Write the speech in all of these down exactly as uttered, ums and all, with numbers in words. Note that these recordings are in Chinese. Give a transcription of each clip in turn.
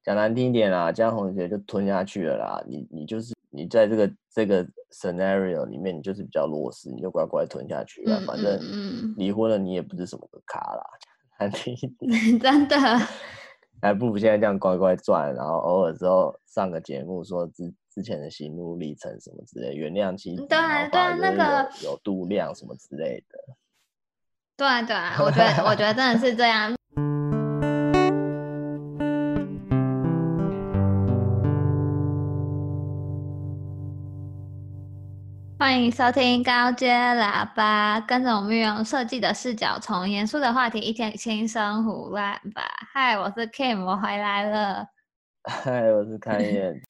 讲难听一点啦，江宏杰就吞下去了啦。你你就是你在这个这个 scenario 里面，你就是比较弱势，你就乖乖吞下去了。 嗯反正嗯嗯， 离婚了，你也不是什么个咖啦，难听一点。 真的。 还不如现在这样乖乖赚，然后偶尔之后上个节目说之之前的心路历程什么之类，原谅妻子， 对然后啊对啊， 反而就是那个有有度量什么之类的。 对啊对啊，我觉得我觉得真的是这样。欢迎收听高阶喇叭，跟着我们运用设计的视角，从严肃的话题一天轻松胡乱吧。嗨，我是 Kim， 我回来了。 嗨，我是开彦。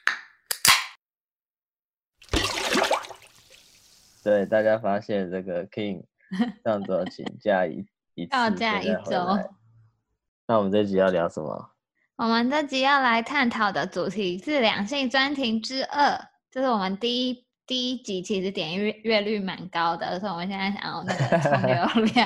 对，大家发现这个 King 上周请假一一次， 告假一现在回来。 周。 那我们这集要聊什么？ 我们这集要来探讨的主题是两性专题之二，这是我们第一第一集，其实点阅阅率蛮高的，所以我们现在想要那个冲流量。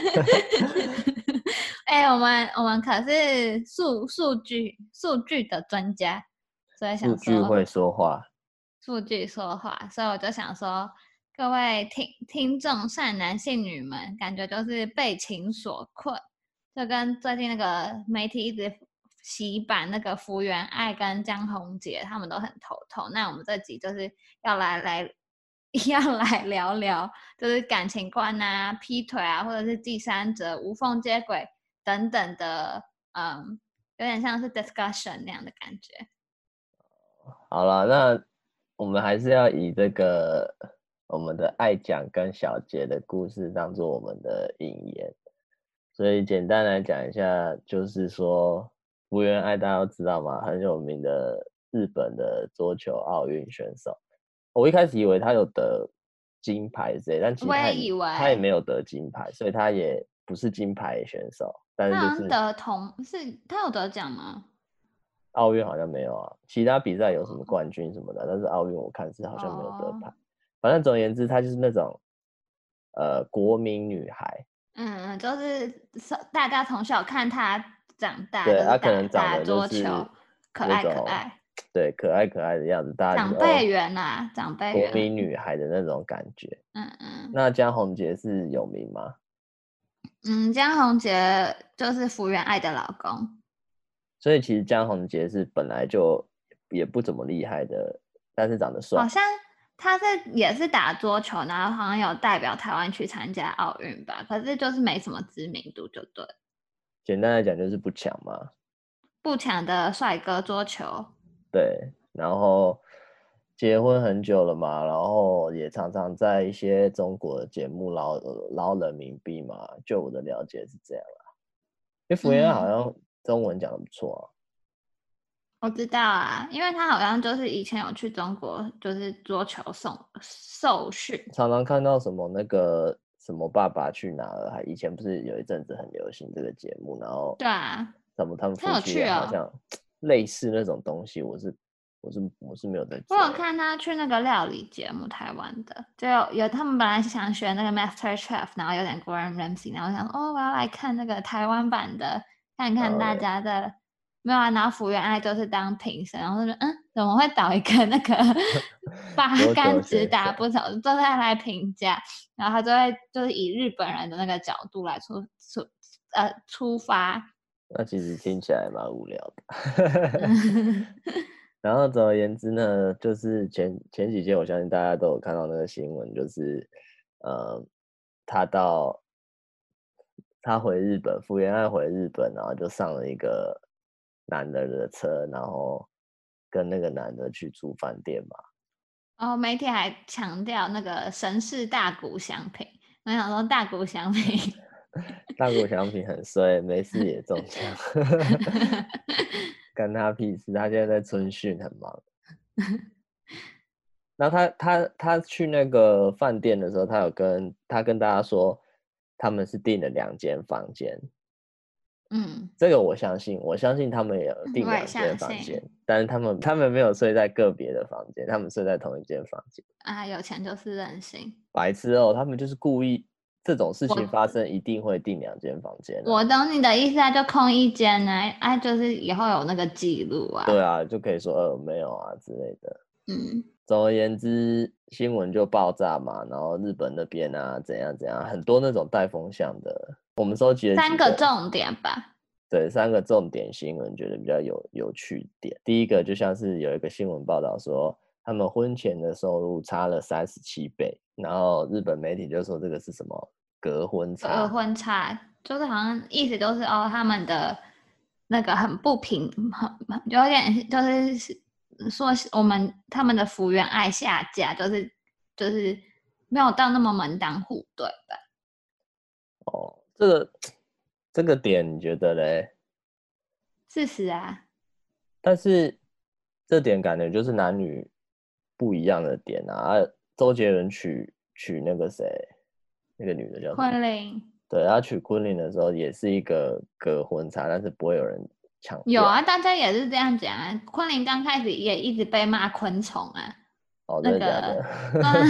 哎、欸，我们我们可是数数据数据的专家，所以想说数据会说话， 数据说话，所以我就想说，各位听听众善男信女们，感觉就是被情所困，就跟最近那个媒体一直洗版那个福原爱跟江宏杰，他们都很头痛。那我们这集就是要来来要来聊聊，就是感情观啊、劈腿啊，或者是第三者无缝接轨等等的，嗯，有点像是 discussion 那样的感觉。 好了，那我们还是要以这个我们的爱讲跟小杰的故事当做我们的引言，所以简单来讲一下，就是说福原爱大家都知道嘛，很有名的日本的桌球奥运选手。我一开始以为他有得金牌之类，但其实他 也, 他也没有得金牌，所以他也不是金牌选手。但是就是他得铜，是他有得奖吗？ 奥运好像没有啊，其他比赛有什么冠军什么的，但是奥运我看是好像没有得牌。哦、反正总而言之，她就是那种呃国民女孩。 嗯，就是大家从小看她长大， 对，她、 就是、 可能长得就是可爱可爱， 对，可爱可爱的样子，大家、就是、 长辈缘啊，长辈缘， 国民女孩的那种感觉。 嗯嗯。 那江宏杰是有名吗？ 嗯，江宏杰就是福原爱的老公。 所以其实江宏杰是本来就也不怎么厉害的，但是长得帅。 好像他是也是打桌球，然后好像有代表台湾去参加奥运吧，可是就是没什么知名度，就对。 简单来讲就是不强嘛。 不强的帅哥桌球。 对，然后结婚很久了嘛，然后也常常在一些中国的节目捞捞人民币嘛，就我的了解是这样啦。因为福原爱好像中文讲得不错啊。 我知道啊，因为他好像就是以前有去中国，就是桌球送受训， 常常看到什么那个什么爸爸去哪儿，还以前不是有一阵子很流行这个节目，然后对啊， 什么他们夫妻俩好像类似那种东西，我是我是我是没有在追。 我有看他去那个料理节目，台湾的就有有他们本来是想学那个 Master Chef， 然后有点 Gordon Ramsay， 然后我想哦我要来看那个台湾版的，看看大家的。没有啊，然后福原爱就是当评审，然后就说嗯，怎么会找一个那个八竿子打不着，都在来评价，然后他就会就是以日本人的那个角度来出出呃出发。 那其实听起来蛮无聊的。然后总而言之呢，就是前前几届我相信大家都有看到那个新闻，就是呃他到他回日本，福原爱回日本，然后就上了一个男的的车，然后跟那个男的去住饭店嘛。 哦，媒体还强调那个神似大谷翔平，我想说大谷翔平， 大谷翔平很衰，没事也中枪，干他屁事！他现在在春训，很忙。然后他他他去那个饭店的时候，他有跟他跟大家说，他们是订了两间房间。 嗯， 这个我相信，我相信他们也有订两间房间，但是他们他们没有睡在个别的房间，他们睡在同一间房间。 啊，有钱就是任性， 白痴哦，他们就是故意这种事情发生一定会订两间房间、啊。 我懂你的意思啊，就空一间呢、啊，啊，就是以后有那个记录啊。 对啊，就可以说呃没有啊之类的。 嗯， 总而言之，新闻就爆炸嘛，然后日本那边啊怎样怎样，很多那种带风向的。我们收集了三几个个重点吧。 对，三个重点新闻觉得比较有有趣点。第一个就像是有一个新闻报道说，他们婚前的收入差了三十七倍，然后日本媒体就说这个是什么隔婚差。 隔婚差就是好像意思就是哦，他们的那个很不平，很有点就是说我们他们的福原爱下嫁，就是就是没有到那么门当户对吧？ 哦，这个这个点你觉得嘞？ 事实啊， 但是这点感觉就是男女不一样的点啊。啊周杰伦娶娶那个谁，那个女的叫什么？ 昆凌对，他娶昆凌的时候也是一个隔婚差，但是不会有人抢掉。 有啊，大家也是这样讲啊。昆凌刚开始也一直被骂昆虫啊， 哦， 那真的假个， 的？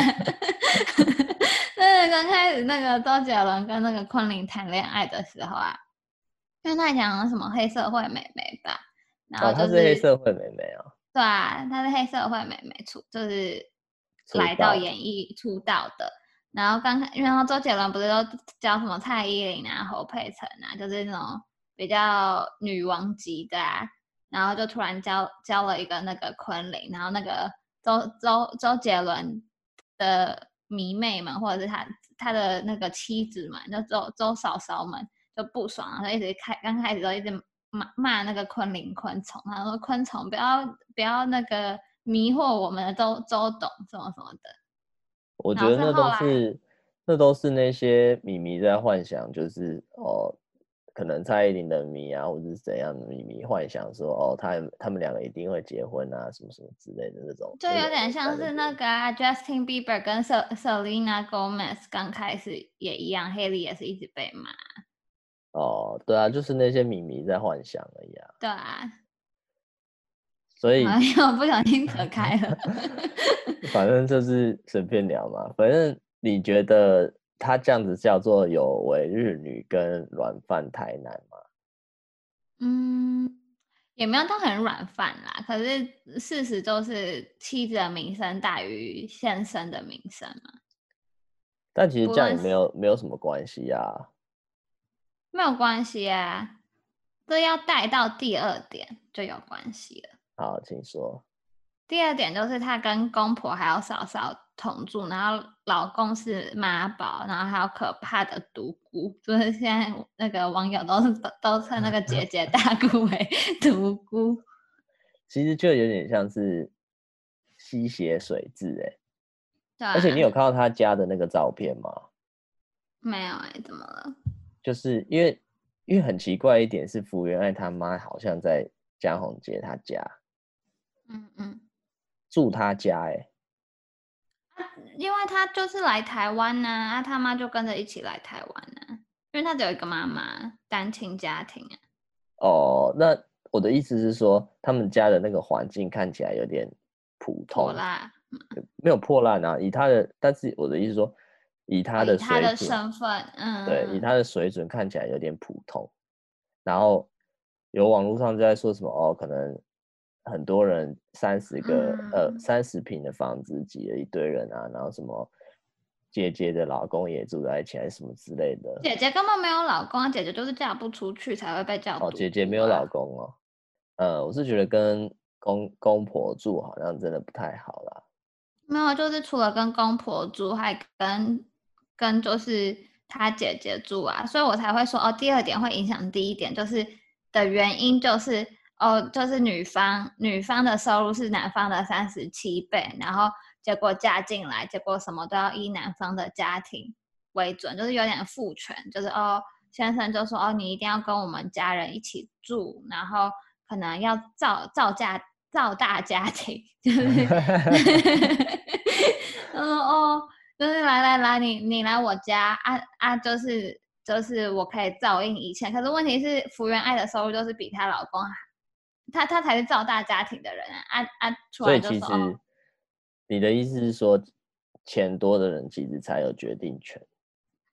那个刚开始那个周杰伦跟那个昆凌谈恋爱的时候啊，因为他讲什么黑社会妹妹吧，然哦， 后就她是黑是社会妹妹啊， 对啊，她是黑社会妹妹出，就是来到出道。 演艺出道的。然后刚开，然后周杰伦不是都教什么蔡依林啊、侯佩岑啊，就是那种比较女王级的啊，然后就突然教教了一个那个昆凌，然后那个周周周杰伦的迷妹们，或者是他他的那个妻子们，就周周嫂嫂们就不爽，然后一直开刚开始都一直骂骂那个昆凌昆虫，他说昆虫不要不要那个迷惑我们的周周董什么什么的。然后我觉得那是后来都是那都是那些迷迷在幻想，就是哦，可能蔡依林的迷啊，或者是怎样的迷迷幻想说哦，他他们两个一定会结婚啊，什么什么之类的那种。 就有点像是那个、啊、Justin Bieber 跟 Selena Gomez 刚开始也一样，黑莉也是一直被骂。 哦，对啊，就是那些迷迷在幻想而已啊。 对啊， 所以好像不小心扯开了。 反正就是随便聊嘛。反正你觉得他这样子叫做有违日女跟软饭台男吗？ 嗯，也没有到很软饭啦，可是事实就是妻子的名声大于先生的名声嘛， 但其实这样也不论是没有没有什么关系啊。 没有关系啊，这要带到第二点就有关系了。 好，请说。 第二点就是她跟公婆还有嫂嫂同住，然后老公是妈宝，然后还有可怕的独孤，就是现在那个网友都是都都称那个姐姐大姑为独孤。 其实就有点像是吸血水蛭哎、 对而且你有啊， 看到他家的那个照片吗？ 没有哎、欸，怎么了？ 就是因为因为很奇怪一点是福原爱他妈好像在江宏杰他家嗯嗯， 住他家哎、欸， 因为他就是来台湾呢、啊，他妈就跟着一起来台湾呢、啊，因为他只有一个妈妈，单亲家庭啊。 哦，那我的意思是说，他们家的那个环境看起来有点普通， 破烂没有破烂啊。以他的，但是我的意思是说，以他哦，以的他的水准， 身份， 对，以嗯， 他的水准看起来有点普通。然后有网络上就在说什么哦，可能很多人三十个呃嗯， 三十平的房子挤了一堆人啊，然后什么姐姐的老公也住在一起，还是什么之类的。 姐姐根本没有老公啊，姐姐就是嫁不出去才会被叫哦， 独姐姐没有老孤啊。 公哦。呃，我是觉得跟公公婆住好像真的不太好啦。 没有，就是除了跟公婆住，还跟跟就是他姐姐住啊，所以我才会说哦，第二点会影响第一点，就是的原因就是哦，就是女方女方的收入是男方的三十七倍，然后结果嫁进来，结果什么都要依男方的家庭为准，就是有点父权，就是哦，先生就说哦，你一定要跟我们家人一起住，然后可能要造造家造大家庭，就是他说哦，就是来来来，你你来我家啊啊，就是就是我可以照应一切。可是问题是，福原爱的收入就是比她老公，她她才是造大家庭的人啊啊啊！突所以然就说哦， 其实你的意思是说，钱多的人其实才有决定权。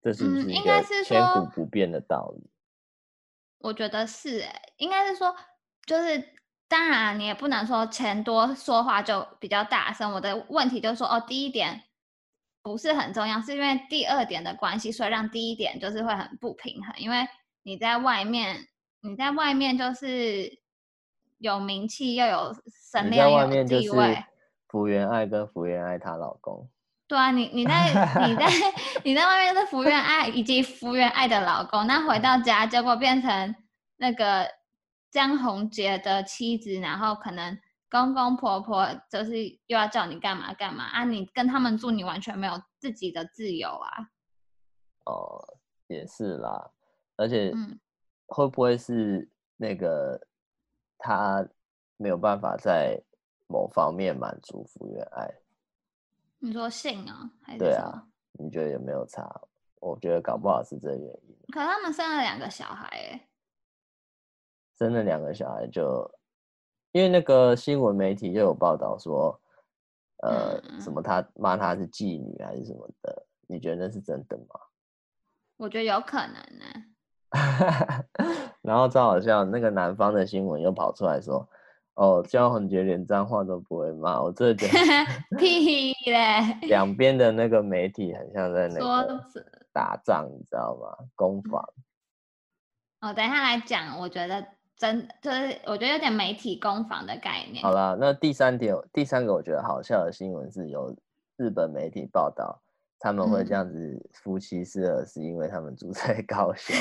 这是不嗯， 是一应该个千古是说， 不变的道理？ 我觉得是诶，应该是说，就是当然你也不能说钱多说话就比较大声。我的问题就是说，哦，第一点不是很重要，是因为第二点的关系，所以让第一点就是会很不平衡。因为你在外面，你在外面就是有名气，又有声你在量，又有外面就地位。 是福原爱跟福原爱她老公。 对啊，你你在你在你在外面是福原爱以及福原爱的老公，那回到家结果变成那个江宏杰的妻子，然后可能公公婆婆就是又要叫你干嘛干嘛啊，你跟他们住，你完全没有自己的自由啊。 哦，也是啦，而且嗯， 会不会是那个他没有办法在某方面满足福原爱？ 你说性啊，还是对啊， 什么？ 你觉得有没有差？我觉得搞不好是这个原因。 可他们生了两个小孩，哎， 生了两个小孩就，因为那个新闻媒体就有报道说，呃，什嗯， 么他骂他是妓女还是什么的，你觉得那是真的吗？ 我觉得有可能呢。 然后超好笑，那个南方的新闻又跑出来说，哦，江宏杰连脏话都不会骂，我真的觉得屁嘞， 两边的那个媒体很像在那说个着。 打仗，你知道吗？攻防。 哦，等一下来讲，我觉得真就是我觉得有点媒体攻防的概念。 好啦，那第三点，第三个我觉得好笑的新闻是有日本媒体报道，他们会这嗯， 样子夫妻四二，是因为他们住在高雄。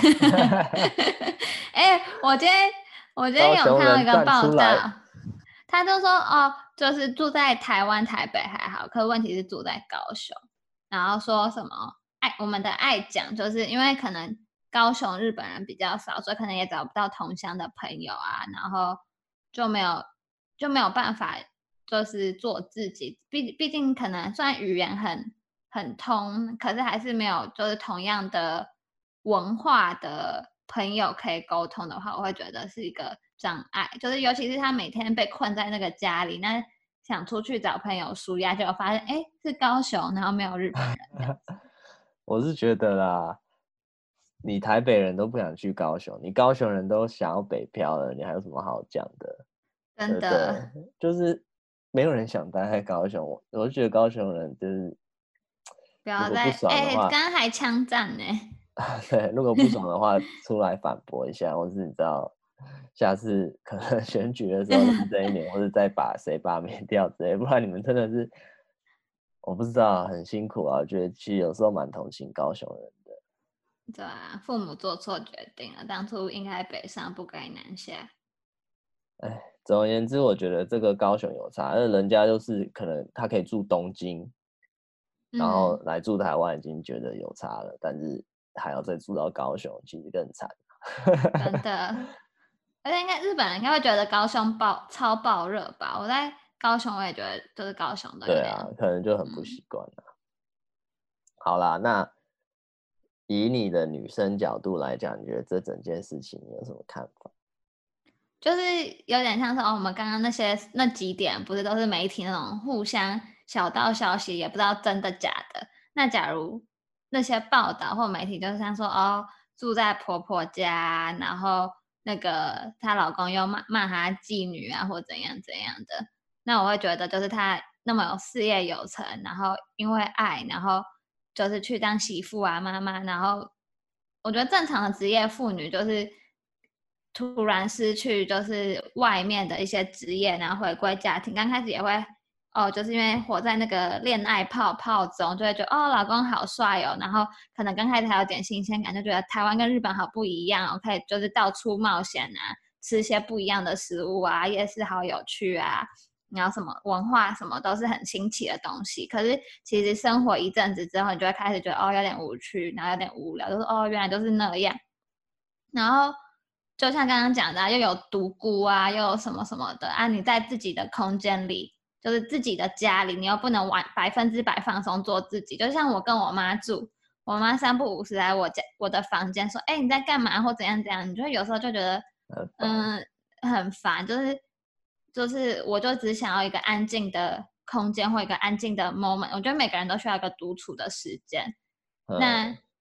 哎、我今天我今天高雄有看到一人站个报出来。 道，他就说哦，就是住在台湾台北还好，可问题是住在高雄，然后说什么爱我们的爱讲，就是因为可能高雄日本人比较少，所以可能也找不到同乡的朋友啊，然后就没有就没有办法就是做自己，毕毕竟可能虽然语言很很通，可是还是没有就是同样的文化的朋友可以沟通的话，我会觉得是一个障碍。就是尤其是他每天被困在那个家里，那想出去找朋友舒压，结果发现哎是高雄，然后没有日本人这样。 我是觉得啦，你台北人都不想去高雄，你高雄人都想要北漂了，你还有什么好讲的？对真不对？ 的就是没有人想待在高雄，我我就觉得高雄人就是如果不不要再爽的话， 哎，刚刚还枪战呢。 对，如果不爽的话出来反驳一下，或是你知道，下次可能选举的时候认真一点，或者再把谁罢免掉之类，不然你们真的是我不知道很辛苦啊，我觉得其实有时候蛮同情高雄人的。 对啊，父母做错决定了，当初应该北上，不该南下。 哎，总而言之，我觉得这个高雄有差，那人家就是可能他可以住东京，然后嗯， 来住台湾已经觉得有差了，但是还要再住到高雄，其实更惨。 真的。而且应该日本人应该会觉得高雄爆超爆热吧？我在高雄，我也觉得就是高雄都有对啊， 点， 可能就很不嗯， 习惯了。好啦，那以你的女生角度来讲，你觉得这整件事情你有什么看法？ 就是有点像是哦，我们刚刚那些那几点，不是都是媒体那种互相小道消息，也不知道真的假的。那假如那些报道或媒体就是像说哦，住在婆婆家，然后那个她老公又骂骂她妓女啊，或怎样怎样的，那我会觉得就是她那么有事业有成，然后因为爱，然后就是去当媳妇啊妈妈，然后我觉得正常的职业妇女就是突然失去就是外面的一些职业，然后回归家庭，刚开始也会哦，就是因为活在那个恋爱泡泡中，就会觉得哦，老公好帅哦，然后可能刚开始还有点新鲜感，就觉得台湾跟日本好不一样哦，可以就是到处冒险啊，吃一些不一样的食物啊，夜市好有趣啊，然后什么文化什么都是很新奇的东西。可是其实生活一阵子之后，你就会开始觉得哦有点无趣，然后有点无聊，就是哦原来都是那样。然后就像刚刚讲的、啊，又有独孤啊，又有什么什么的啊，你在自己的空间里，就是自己的家里，你又不能完百分之百放松做自己。就像我跟我妈住，我妈三不五时来我家我的房间说：“哎、欸，你在干嘛？”或怎样怎样，你就有时候就觉得， 很烦。 嗯，很烦，就是就是我就只想要一个安静的空间或一个安静的 moment。我觉得每个人都需要一个独处的时间。那嗯，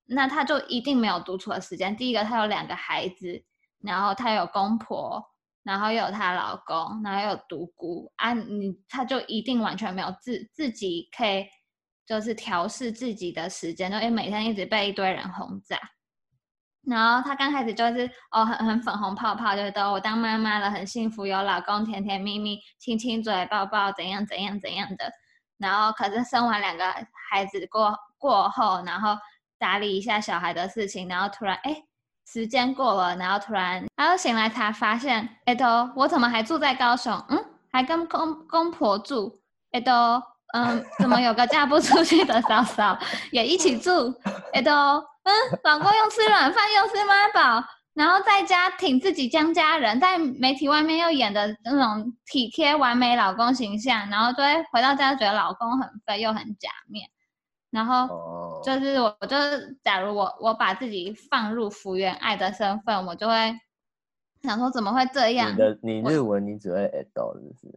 那他就一定没有独处的时间。第一个，他有两个孩子，然后他有公婆，然后又有她老公，然后又有独孤啊，你他就一定完全没有自自己可以就是调试自己的时间，就因为每天一直被一堆人轰炸。然后他刚开始就是哦很很粉红泡泡，觉得我当妈妈了很幸福，有老公甜甜蜜蜜，亲亲嘴抱抱，怎样怎样怎样的。然后可是生完两个孩子过过后，然后打理一下小孩的事情，然后突然哎时间过了，然后突然他又醒来才发现，哎都我怎么还住在高雄？嗯，还跟公公婆住，哎都嗯怎么有个嫁不出去的嫂嫂也一起住？哎都嗯，老公又吃软饭又吃妈宝，然后在家挺自己将家人，在媒体外面又演的那种体贴完美老公形象，然后就会回到家觉得老公很废又很假面。然后就是我，我就是假如我我把自己放入福原爱的身份，我就会想说怎么会这样？ 你的你日文你只会 edo 是不是？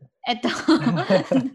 edo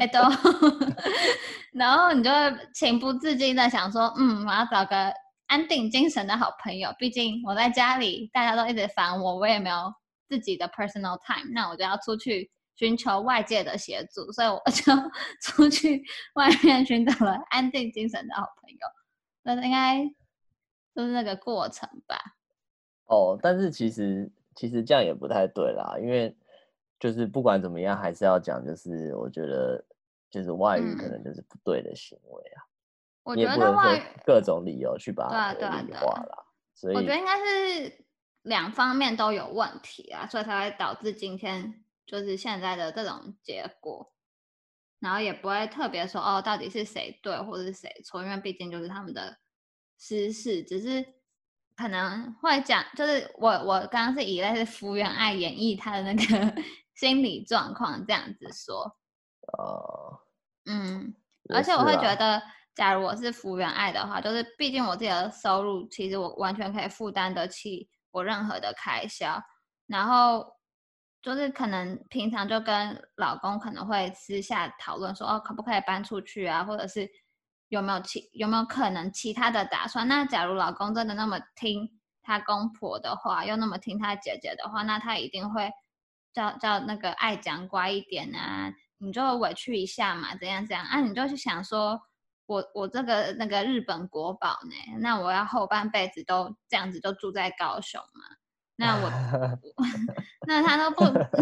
edo，然后你就会情不自禁的想说，嗯，我要找个安定精神的好朋友。毕竟我在家里大家都一直烦我，我也没有自己的 personal time，那我就要出去寻求外界的协助，所以我就出去外面寻找了安定精神的好朋友。那应该就是那个过程吧。 哦，但是其实其实这样也不太对啦，因为就是不管怎么样，还是要讲，就是我觉得就是外遇可能就是不对的行为啊， 我你也不能说觉得外各种理由去把对啊它合理对啊对啊化啦。所以我觉得应该是两方面都有问题啊，所以才会导致今天就是现在的这种结果。然后也不会特别说哦，到底是谁对或者是谁错，因为毕竟就是他们的私事，只是可能会讲，就是我我刚刚是以类似福原爱演绎他的那个心理状况这样子说。 呃， 嗯， 也而且我会觉是啦， 得，假如我是福原爱的话，就是毕竟我自己的收入，其实我完全可以负担得起我任何的开销，然后就是可能平常就跟老公可能会私下讨论说，哦，可不可以搬出去啊，或者是有没有其有没有可能其他的打算？那假如老公真的那么听他公婆的话，又那么听他姐姐的话，那他一定会叫叫那个爱讲乖一点啊。你就委屈一下嘛，怎样怎样啊？你就去想说，我我这个那个日本国宝呢，那我要后半辈子都这样子就住在高雄嘛？那我那他都不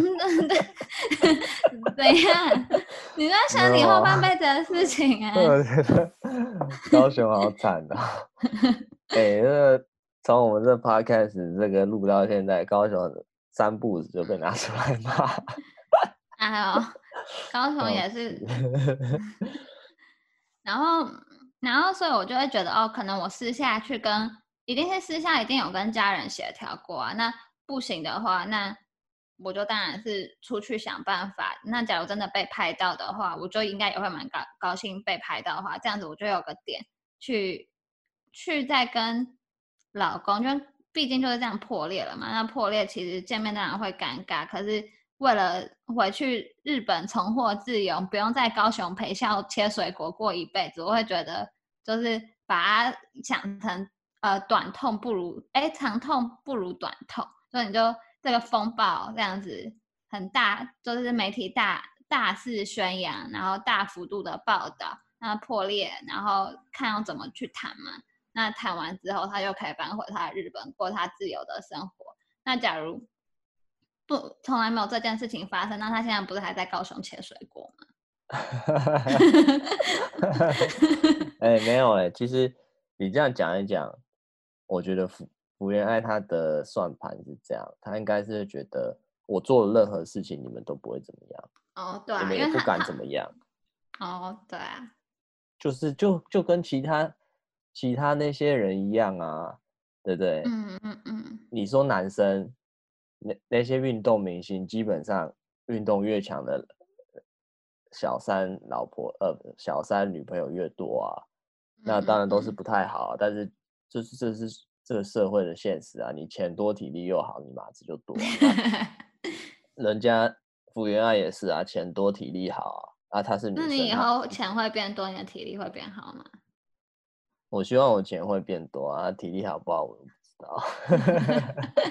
怎样？你在没想你后有啊， 半辈子的事情啊？ 我觉得高雄好惨哦。哎、那个从我们这 podcast 这个录到现在，高雄三步子就被拿出来骂， 哎呦，高雄笑也是， 死。 然后然后所以我就会觉得哦，可能我私下去跟，一定是私下一定有跟家人协调过啊。那不行的话，那我就当然是出去想办法。那假如真的被拍到的话，我就应该也会蛮高高兴被拍到的话，这样子我就有个点去去再跟老公，就毕竟就是这样破裂了嘛。那破裂其实见面当然会尴尬，可是为了回去日本重获自由，不用在高雄陪笑切水果过一辈子，我会觉得就是把它想成呃短痛不如哎长痛不如短痛，所以你就这个风暴这样子很大，就是媒体大大肆宣扬，然后大幅度的报道，那破裂，然后看要怎么去谈嘛。那谈完之后，他就可以搬回他的日本过他自由的生活。那假如不从来没有这件事情发生，那他现在不是还在高雄切水果吗？ 哎、没有哎、其实你这样讲一讲，我觉得福福原爱他的算盘是这样，他应该是觉得我做了任何事情，你们都不会怎么样， 哦，对你啊， 们也不敢因为他他怎么样， 哦，对啊， 就是就就跟其他其他那些人一样啊，对不对？ 嗯嗯嗯， 你说男生那那些运动明星，基本上运动越强的小三老婆呃小三女朋友越多啊，那嗯嗯嗯， 当然都是不太好啊，但是就是这是这个社会的现实啊，你钱多体力又好，你马子就多啊。那人家福原爱也是啊，钱多体力好啊，啊她是女生， 那你以她后钱会变多，你的体力会变好吗？ 我希望我钱会变多啊，体力好不好我都不知道。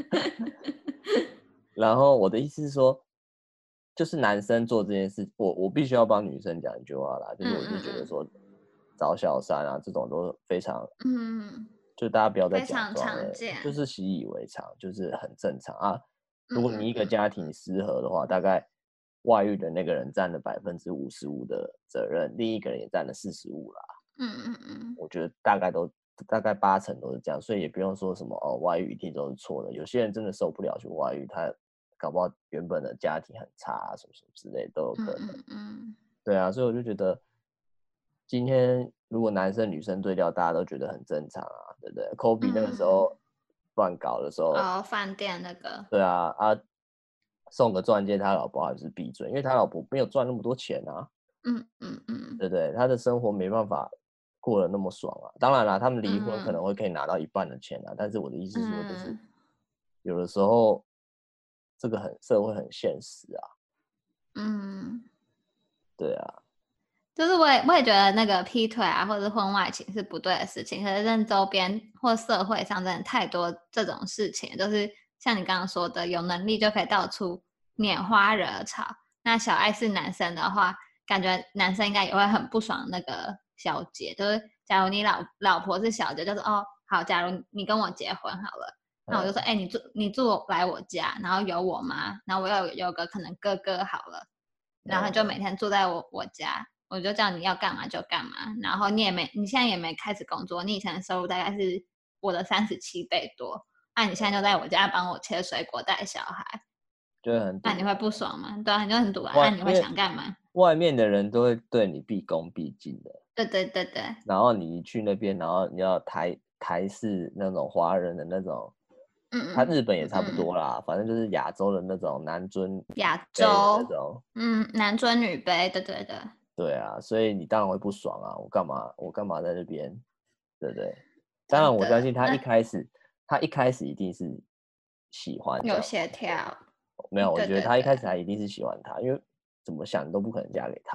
然后我的意思是说，就是男生做这件事，我我必须要帮女生讲一句话啦，就是我是觉得说，找小三啊这种都非常， 嗯， 就大家不要再非常假装了， 常见。 就是习以为常，就是很正常啊。 嗯如果你一个家庭失和的话，大概外遇的那个人占了百分之五十五的责任，另一个人也占了四十五啦。 嗯嗯嗯， 我觉得大概都大概八成都是这样，所以也不用说什么哦外遇一定都是错的。有些人真的受不了去外遇，他搞不好原本的家庭很差啊，什么什么之类都有可能。 嗯嗯对啊，所以我就觉得今天如果男生女生对调，大家都觉得很正常啊，对不对？Kobe 那个时候乱搞的时候， 哦，饭店那个， 对啊啊，送个钻戒，他老婆还是闭嘴，因为他老婆没有赚那么多钱啊。 嗯嗯嗯对不对？他的生活没办法过得那么爽啊。当然啦，他们离婚可嗯能会可以拿到一半的钱啊，但是我的意思是说，就是嗯有的时候这个很社会很现实啊。 嗯， 对啊， 就是我也我也觉得那个劈腿啊，或者是婚外情是不对的事情，可是在周边或社会上真的太多这种事情，就是像你刚刚说的，有能力就可以到处拈花惹草。那小爱是男生的话，感觉男生应该也会很不爽那个小姐，就是假如你老老婆是小姐，就是哦好，假如你跟我结婚好了，那我就说嗯， 哎、欸你住你住来我家，然后有我妈，然后我有有个可能哥哥好了，然后就每嗯天住在我我家。我就叫你要干嘛就干嘛，然后你也没，你现在也没开始工作，你以前的收入大概是我的三十七倍多，那、啊、你现在就在我家帮我切水果带小孩， 就会很堵然。 那、啊、你会不爽吗？对啊，你就很堵啊，那、啊、你会外因为想干嘛？ 外面的人都会对你毕恭毕敬的， 对对对对， 然后你一去那边，然后你要台台式那种华人的那种，他嗯日本也差不嗯嗯， 多啦，反正就是亚洲的那种男尊女亚卑的那洲， 种。 嗯，男尊女卑，对对对， 对啊，所以你当然会不爽啊！我干嘛？我干嘛在那边？对不对？当然，我相真的， 信他一那开始，他一开始一定是喜欢这有样子协调， 的。没有，我觉得对对对， 他一开始还一定是喜欢他，因为怎么想都不可能嫁给他。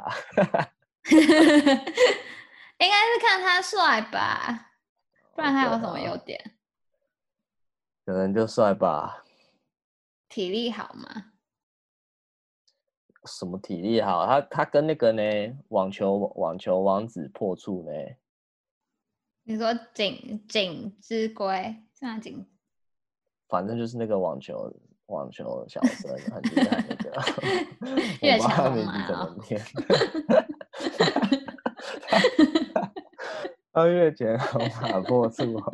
应该是看他帅吧，不然他对有什么优啊， 点？ 可能就帅吧， 体力好吗？ 什么体力好，他他跟那个呢，网球网球王子破处呢， 你说锦锦之龟是吗？锦反正就是那个网球网球小生很厉害那个，我不知道越前龙他名字马哦， 怎么念。他月前红马破处哦，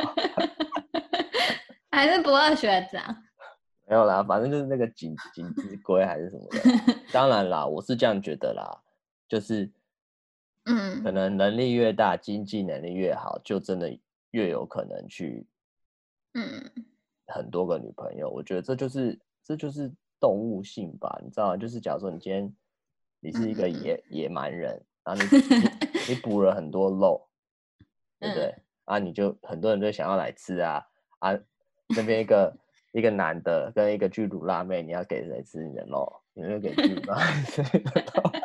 还是不二学长？ 没有啦，反正就是那个锦锦之龟还是什么的啦。当然啦，我是这样觉得啦，就是可嗯能能力越大，经济能力越好，就真的越有可能去嗯很多个女朋友。我觉得这就是这就是动物性吧，你知道吗？就是假如说你今天你是一个嗯嗯野野蛮人，然后你你你捕了很多肉，对不嗯， 对？啊，你就很多人都想要来吃啊啊，那边一个一个男的跟一个巨乳辣妹，你要给谁吃你的肉？你就给巨乳辣妹吃你的肉。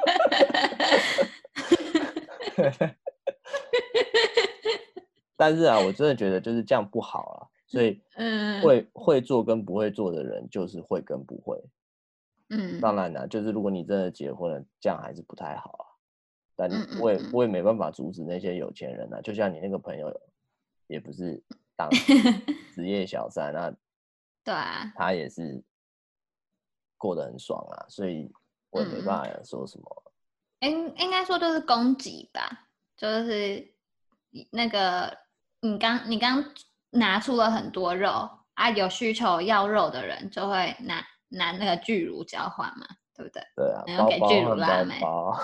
但是啊，我真的觉得就是这样不好啊，所以嗯会会做跟不会做的人，就是会跟不会。当嗯然啦，就是如果你真的结婚了，这样还是不太好啊。但嗯我也我嗯也没办法阻止那些有钱人啊，就像你那个朋友，也不是当嗯， 职业小三，那对啊， 他也是过得很爽啊，所以我也没嗯， 办法说什么。 应应该说就是供给吧，就是那个你刚你刚拿出了很多肉啊，有需求要肉的人就会拿拿那个巨乳交换嘛，对不对？ 对啊， 然后包给巨乳包汉堡辣妹， 包。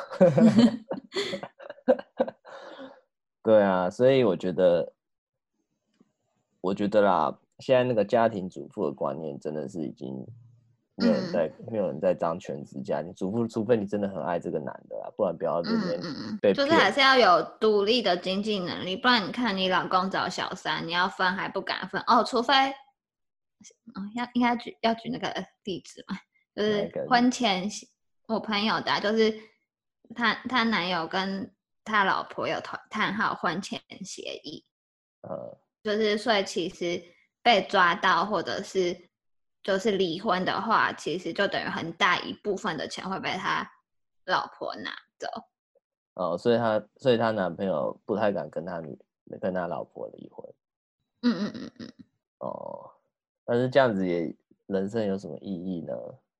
对啊，所以我觉得，我觉得啦，现在那个家庭主妇的观念真的是已经没有人嗯在，没有人在当全职家庭主妇，除非你真的很爱这个男的啦，不然不要这边嗯嗯嗯， 被骗。 就是还是要有独立的经济能力，不然你看你老公找小三，你要分还不敢分哦，除非哦要应该举要举那个例子嘛，就是哪一个例子？ 婚前我朋友的、啊，就是她她男友跟他老婆有谈谈好婚前协议， 呃， 就是所以其实被抓到或者是就是离婚的话，其实就等于很大一部分的钱会被他老婆拿走。 哦，所以她所以她男朋友不太敢跟他女跟他老婆离婚。 嗯嗯嗯嗯。 哦，但是这样子也人生有什么意义呢？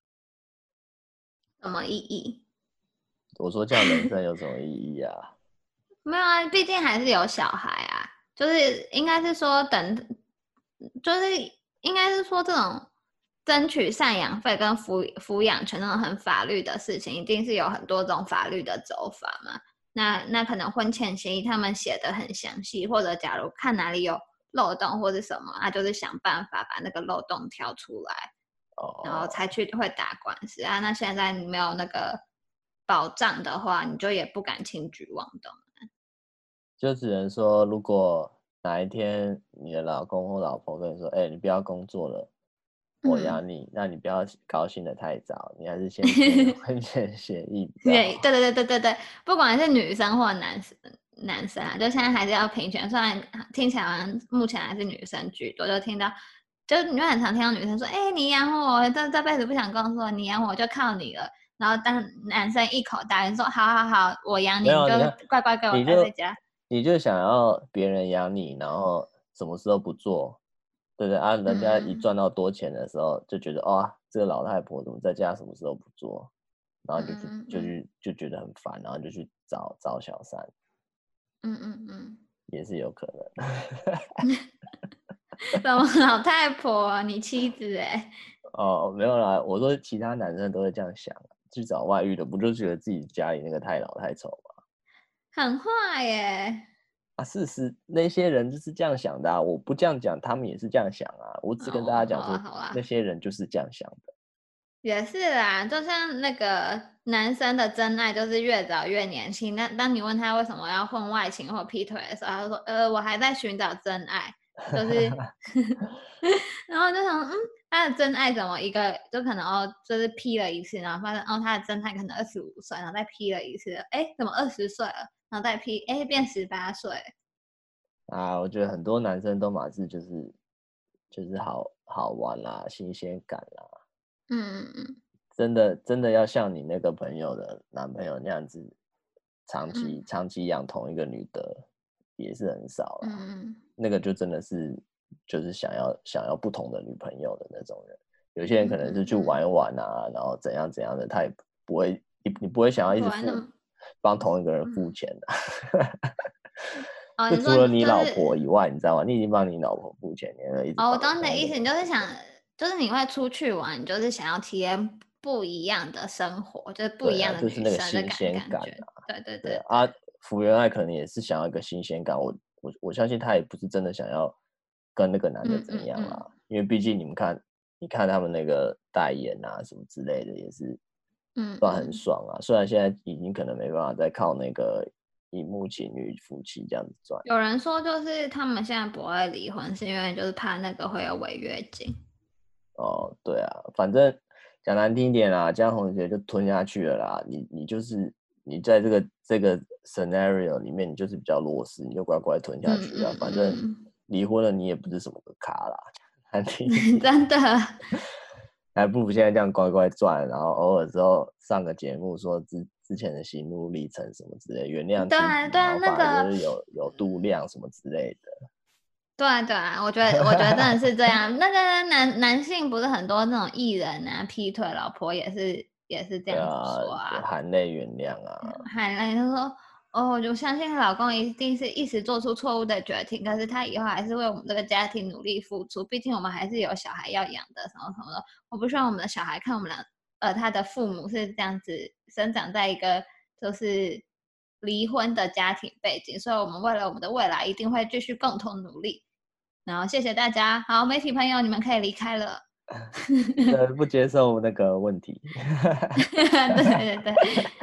什么意义？ 我说这样人生有什么意义啊？ 没有啊，毕竟还是有小孩啊，就是应该是说等，就是应该是说这种争取赡养费跟抚抚养权那种很法律的事情，一定是有很多种法律的走法嘛。那那可能婚前协议他们写的很详细，或者假如看哪里有漏洞或者什么，他就是想办法把那个漏洞挑出来，然后哦， 才去会打官司啊。那现在你没有那个保障的话，你就也不敢轻举妄动。 就只能说，如果哪一天你的老公或老婆跟你说：“哎、你不要工作了，我嗯， 养你。”那你不要高兴的太早，你还是先签个婚前协议比较对对好。 对对对对，不管是女生或男生，男生啊，就现在还是要平权。虽然听起来好像目前还是女生居多，就听到，就你就很常听到女生说：“哎、欸，你养我，这这辈子不想工作，你养我就靠你了。”然后当男生一口答应说：“好好好，我养你，你就没有，你看， 乖乖给我你就待在家。” 你就想要别人养你，然后什么事都不做，对不对啊？人家一嗯赚到多钱的时候，就觉得哇，这个老太婆怎么在家什么事都不做，然后嗯你就去嗯嗯就去就觉得很烦，然后就去找找小三， 嗯嗯嗯也是有可能。 嗯，什么老太婆啊，你妻子哎、 哦，没有啦，我说其他男生都会这样想啊，去找外遇的，不就觉得自己家里那个太老太丑吗？ 很坏耶。 啊，事实那些人就是这样想的啊，我不这样讲，他们也是这样想啊。我只跟大家哦，好啦讲说， 好啦。 那些人就是这样想的。 也是啦，就像那个男生的真爱就是越早越年轻。那当你问他为什么要婚外情或劈腿的时候，他就说：“呃，我还在寻找真爱。”就是，然后就想，嗯，他的真爱怎么一个就可能哦，就是劈了一次，然后发现哦，他的真爱可能二十五岁，然后再劈了一次，哎，怎么二十岁了，然后再劈，哎，变十八岁。 啊，我觉得很多男生都马是就是就是好好玩啦，新鲜感啦， 嗯嗯嗯真的真的要像你那个朋友的男朋友那样子，长期嗯长期养同一个女的也是很少啦。 嗯那个就真的是就是想要想要不同的女朋友的那种人。有些人可嗯能是去玩嗯嗯， 一玩啊，然后怎样怎样的，他也不会你你不会想要一直付不然那么， 帮同一个人付嗯， 钱的。 哦， 就你说除了你老就是婆以外，你知道吗？你已经帮你老婆付钱，你还会一直哦，我帮懂你的意思， 同一个人你就是想， 付钱。 就是你会出去玩，你就是想要体验不一样的生活，就是不一对啊， 样的就是那个女生的新鲜感感觉。 感啊。 对对对对对， 啊，福原爱可能也是想要一个新鲜感。我我我相信他也不是真的想要跟那个男的嗯怎嗯嗯样啦，因为毕竟你们看，你看他们那个代言啊什么之类的，也是算很嗯嗯， 爽啊。虽然现在已经可能没办法再靠那个荧幕情侣夫妻这样子赚。 有人说就是他们现在不会离婚，是因为就是怕那个会有违约金。 哦，对啊，反正讲难听一点啦，江宏杰就吞下去了啦。你你就是你在这个这个 scenario 里面，你就是比较弱势，你就乖乖吞下去啊。 嗯嗯反正嗯， 离婚了，你也不是什么个咖啦，难听一点， 真的。 还不如现在这样乖乖赚，然后偶尔之后上个节目说之之前的喜怒历程什么之类，原谅对妻子， 啊对啊， 然后反而就那个是有有度量什么之类的。 对啊对啊，我觉得我觉得真的是这样。那个男男性不是很多那种艺人啊，劈腿老婆也是也是这样子对啊， 说啊。 含泪原谅啊。 海兰就说：“哦，我就相信老公一定是一时做出错误的决定，可是他以后还是为我们这个家庭努力付出。毕竟我们还是有小孩要养的，什么什么的。我不希望我们的小孩看我们俩，呃，他的父母是这样子生长在一个就是离婚的家庭背景，所以我们为了我们的未来一定会继续共同努力。然后谢谢大家，好，媒体朋友你们可以离开了。 呃，不接受那个问题。 对对对，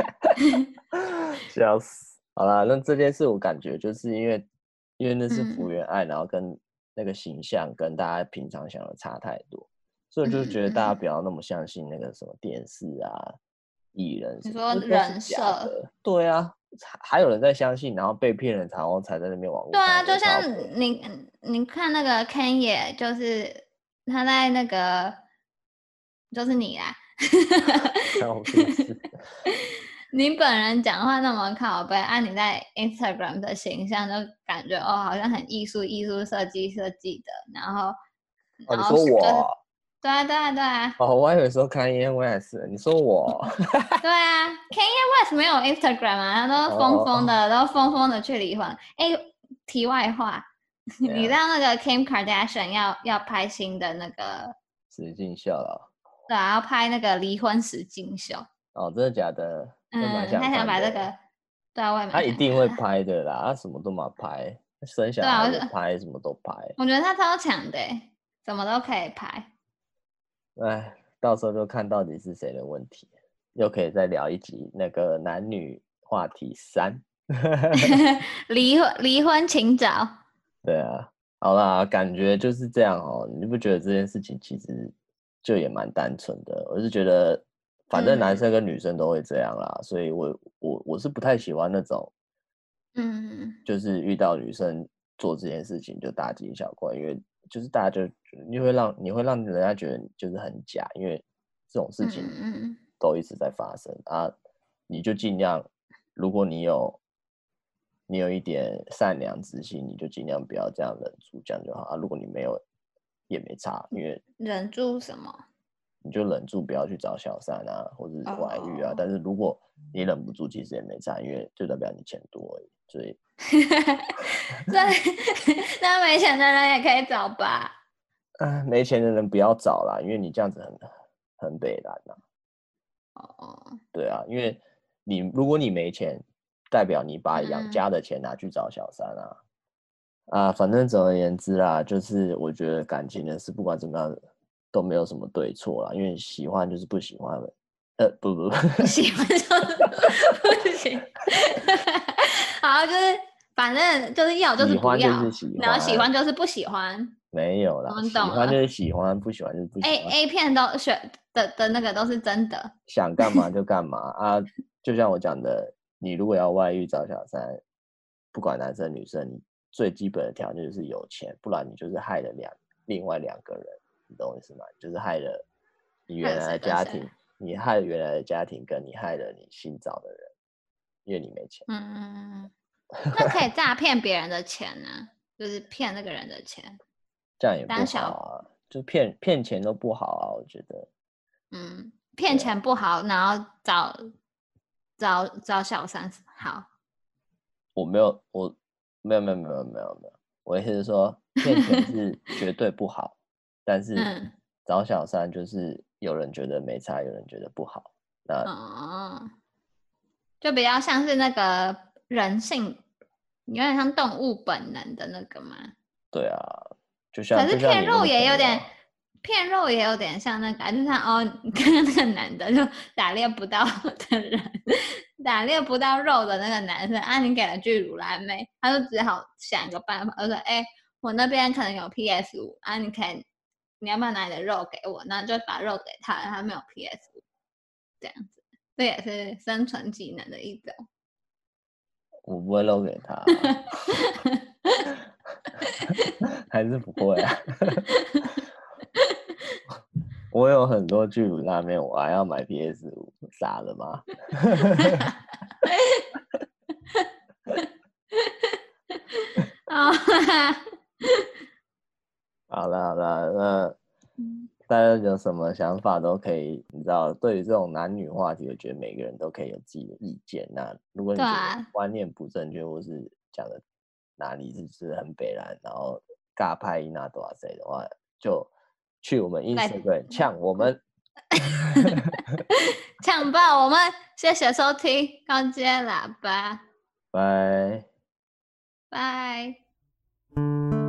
笑死！好啦，那这件事我感觉就是因为，因为那是福嗯原爱，然后跟那个形象跟大家平常想的差太多，所以我就觉得大家嗯嗯， 不要那么相信那个什么电视啊、艺人什么， 你说那都是人设。 假的。对啊， 还有人在相信，然后被骗人，然后才在那边网络对啊， 上就像靠北你你看那个 Ken 也，就是他在那个就是你啦， 关我屁事。 你本人讲话那么靠背，按、啊、你在 Instagram 的形象就感觉哦，好像很艺术、艺术设计设计的，然后哦， 然后就是你说我？ 对啊对啊对啊。 哦，我还以为说看烟我也是，你说我？ 对啊 ，Kanye West 没有 Instagram 啊，他都疯疯的， 哦都疯疯的去离婚。哎，题外话，你知道那个 Kim Kardashian 要要拍新的那个， 实境秀了。 对啊，要拍那个离婚实境秀。 哦，真的假的？我蛮嗯， 想他想看的。 把这个，对啊，我也他蛮一定会想看的。 拍的啦，他什么都嘛拍，生小对啊， 孩我就也拍，什么都拍。 我觉得他超强的，什么都可以拍。 哎，到时候就看到底是谁的问题，又可以再聊一集那个男女话题三。 离婚离婚请找。 对啊，好啦，感觉就是这样哦。你不觉得这件事情其实就也蛮单纯的？我是觉得，反正男生跟女生都会这样啦，所以我我我是不太喜欢那种， 嗯就是遇到女生做这件事情就大惊小怪，因为就是大家就你会让你会让人家觉得就是很假，因为这种事情嗯都一直在发生啊，你就尽量，如果你有你有一点善良之心，你就尽量不要这样忍住，这样就好啊。如果你没有，也没差，因为忍住什么？ 你就忍住不要去找小三啊，或者是外遇啊。 哦但是如果你忍不住，其实也没差，因为就代表你钱多而已。所以， 那那没钱的人也可以找吧？ 啊，没钱的人不要找啦，因为你这样子很很北蓝啊。 哦， 对啊，因为你如果你没钱，代表你把养嗯家的钱拿去找小三啊。啊，反正总而言之啦，就是我觉得感情的事，不管怎么样都没有什么对错啦，因为喜欢就是不喜欢了，呃，不不不， 喜欢就是不行。好，就是反正就是要就是喜欢就不要， 是喜然后喜欢， 欢就是不喜欢。 没有啦， 我们喜懂了欢就是喜欢，不喜欢就是不喜 ，A 欢， A 片都选的的那个都是真的。 想干嘛就干嘛啊。就像我讲的，你如果要外遇找小三，不管男生女生，你最基本的条件就是有钱，不然你就是害了两另外两个人，你懂我意思吗？就是害了你原来的家庭，你害了原来的家庭，跟你害了你新找的人，因为你没钱。 嗯，那可以诈骗别人的钱呢、就是骗那个人的钱， 这样也不好当小啊，就骗骗钱都不好啊，我觉得。 嗯骗钱不好，然后找找找小三好。 我没有，我没有没有没有没有没有，我意思是说，骗钱是绝对不好，但是嗯找小三就是有人觉得没差，有人觉得不好。那哦，就比较像是那个人性，有点像动物本能的那个嘛。 对啊，就可像就像是骗肉你那个朋也有点， 友， 骗肉也有点像那个啊，就像哦，你看看那个男的就打猎不到的人，打猎不到肉的那个男生啊，你给了句乳蓝妹，他就只好想一个办法，就说哎、欸，我那边可能有 P S 五啊，你可以，你要不要拿你的肉给我？那就把肉给他，他没有 P S 五，这样子，这也是生存技能的一种。 我不会漏给他啊，还是不会啊。我有很多巨乳拉面，我还要买 P S 五，傻了吗？ 哦， 好了好了，那大家有什么想法都可以，你知道，对于这种男女话题，我觉得每个人都可以有自己的意见。那如果你觉得对啊， 观念不正确，或是讲的哪里是是很北蓝，然后尬拍一那多少谁的话，就去我们 Instagram 呛我们。 呛爆我们，谢谢收听高阶喇叭， 拜。 拜。